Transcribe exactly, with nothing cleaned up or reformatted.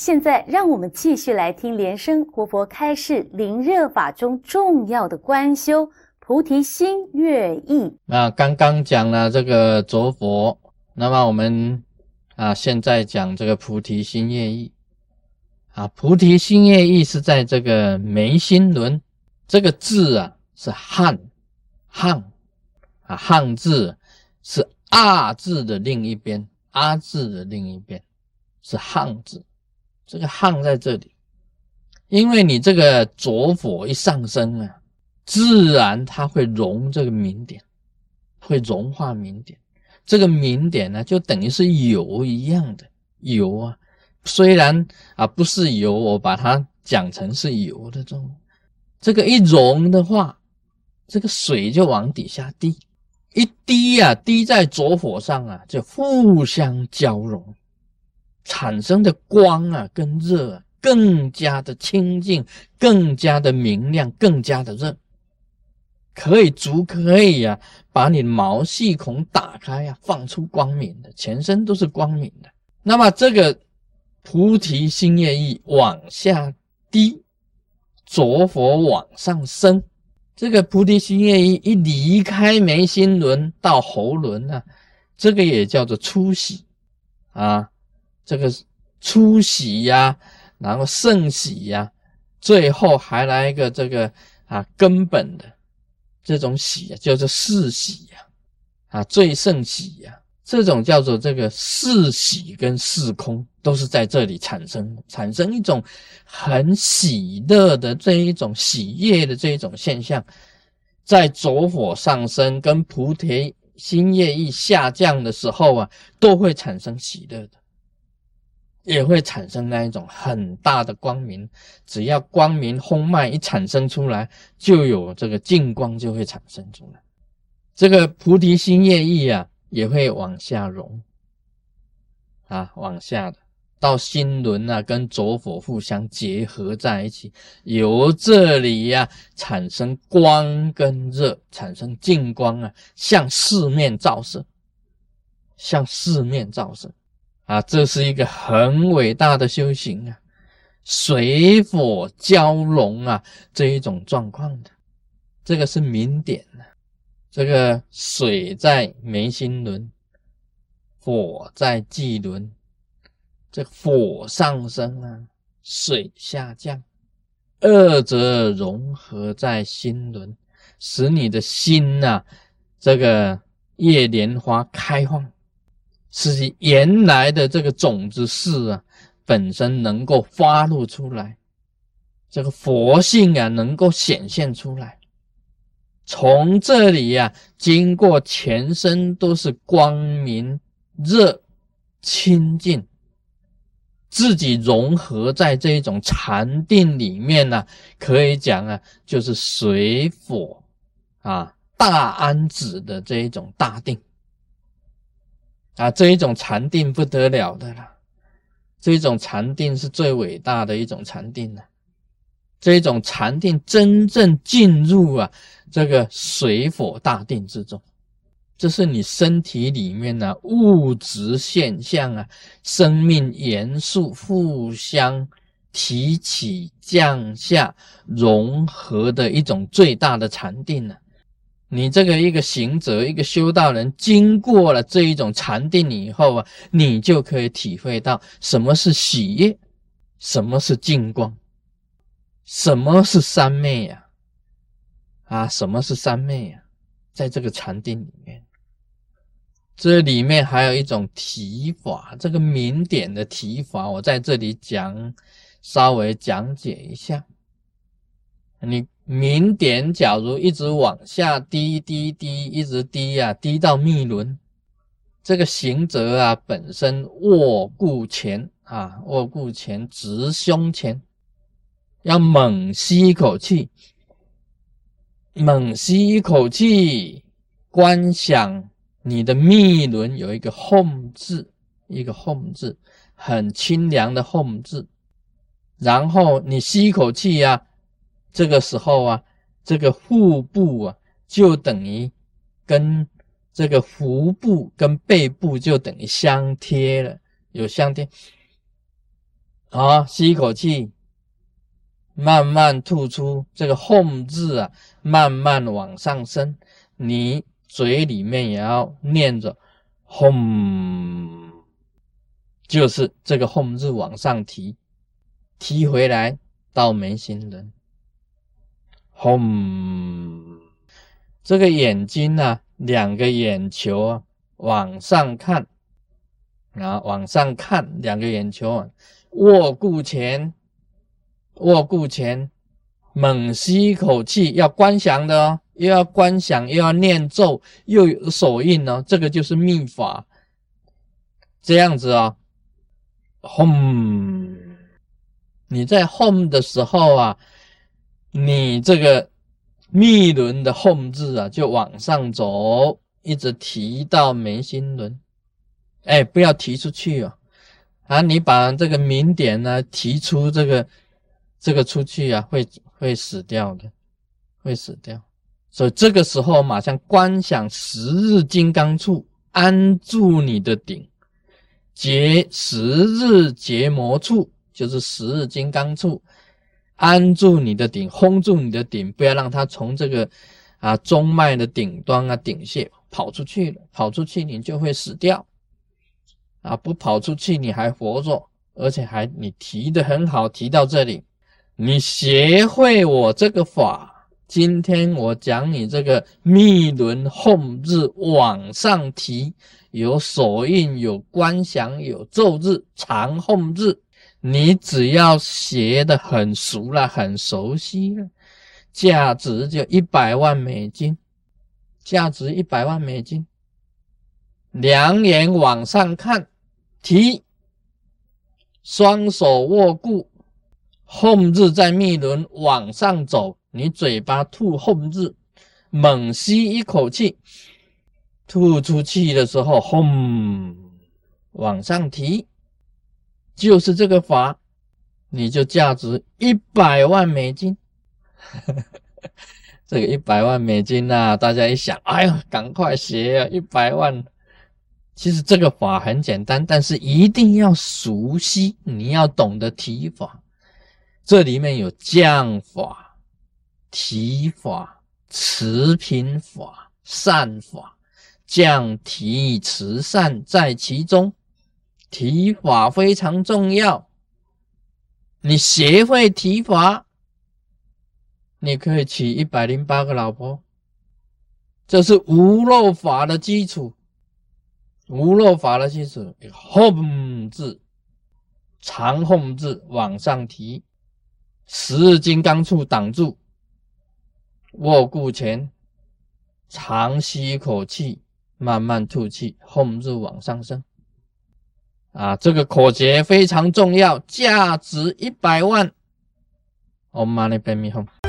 现在让我们继续来听莲生活佛开示灵热法中重要的观修菩提心乐意。 那刚刚讲了这个着佛，那么我们啊现在讲这个菩提心乐意啊。菩提心乐意是在这个眉心轮，这个字啊是汉汉啊，汉字是阿字的另一边，阿字的另一边是汉字，这个汉在这里，因为你这个着火一上升啊，自然它会融这个明点，会融化明点。这个明点呢，就等于是油一样的油啊，虽然啊不是油，我把它讲成是油的这种，这个一融的话，这个水就往底下滴，一滴啊滴在着火上啊，就互相交融，产生的光啊跟热啊更加的清净，更加的明亮，更加的热，可以足可以啊把你毛细孔打开啊，放出光明的，全身都是光明的。那么这个菩提心乐意往下滴，着火往上升，这个菩提心乐意一离开眉心轮到喉轮啊，这个也叫做初喜啊，这个初喜呀、啊，然后胜喜呀、啊，最后还来一个这个啊根本的这种喜啊，叫做四喜呀、啊，啊最胜喜呀、啊，这种叫做这个四喜跟四空都是在这里产生的，产生一种很喜乐的这一种喜悦的这一种现象，在着火上升跟菩提心乐意下降的时候啊，都会产生喜乐的，也会产生那一种很大的光明，只要光明风脉一产生出来，就有这个净光就会产生出来。这个菩提心乐意啊，也会往下融啊，往下的到心轮啊，跟着火互相结合在一起，由这里呀、啊、产生光跟热，产生净光啊，向四面照射，向四面照射。啊，这是一个很伟大的修行啊，水火交融啊，这一种状况的，这个是明点啊。这个水在眉心轮，火在际轮，这火上升啊，水下降，二者融合在心轮，使你的心啊，这个叶莲花开放，使原来的这个种子势啊，本身能够发露出来，这个佛性啊能够显现出来。从这里啊，经过全身都是光明、热、清净，自己融合在这种禅定里面呢、啊，可以讲啊，就是水火啊大安止的这一种大定。啊，这一种禅定不得了的啦，这一种禅定是最伟大的一种禅定了。这一种禅定真正进入啊这个水火大定之中，这是你身体里面啊物质现象啊生命元素互相提起降下融合的一种最大的禅定啊。你这个一个行者，一个修道人，经过了这一种禅定以后啊，你就可以体会到什么是喜悦，什么是净光，什么是三昧呀、啊？啊，什么是三昧呀、啊？在这个禅定里面，这里面还有一种提法，这个明点的提法，我在这里讲，稍微讲解一下。你明点假如一直往下滴滴滴一直滴啊，滴到密轮，这个行者啊本身卧固前啊，卧固前直胸前，要猛吸一口气，猛吸一口气，观想你的密轮有一个 home 字，一个 home 字，很清凉的 home 字，然后你吸一口气啊，这个时候啊，这个腹部啊，就等于跟这个腹部跟背部就等于相贴了，有相贴。 啊，吸一口气，慢慢吐出，这个 home 字啊，慢慢往上升，你嘴里面也要念着 home， 就是这个 home 字往上提，提回来到眉心轮 home， 这个眼睛啊，两个眼球啊往上看啊，往上看，两个眼球啊，握固前，握固前，猛吸一口气，要观想的哦，又要观想，又要念咒，又有手印哦，这个就是秘法。这样子啊、哦、，home， 你在 home 的时候啊，你这个密轮的 home 字啊，就往上走，一直提到眉心轮。哎，不要提出去哦。啊，你把这个明点呢提出这个这个出去啊，会会死掉的，会死掉。所以这个时候马上观想十日金刚杵，安住你的顶，结十日结魔杵，就是十日金刚杵，安住你的顶，轰住你的顶，不要让它从这个啊中脉的顶端啊顶穴跑出去了，跑出去你就会死掉。啊，不跑出去你还活着，而且还你提得很好，提到这里，你学会我这个法，今天我讲你这个密轮 home 字往上提，有手印，有观想，有咒字，长 home 字，你只要学得很熟了，很熟悉了，价值就一百万美金，价值一百万美金，两眼往上看。提，双手握固 home 字在密轮往上走，你嘴巴吐 home 字，猛吸一口气，吐出气的时候 home 往上提，就是这个法，你就价值一百万美金。这个一百万美金啊，大家一想，哎呀，赶快学啊，一百万。其实这个法很简单，但是一定要熟悉，你要懂得提法。这里面有降法、提法、持平法、善法，降提持善在其中。提法非常重要，你学会提法，你可以娶一百零八个老婆，这是无漏法的基础。无漏法的基础 home 字，长 home 字往上提，十日金刚杵挡住，握固前，长吸一口气，慢慢吐气 home 字往上升啊，这个口诀非常重要，价值一百万。Om Mani Padme Hum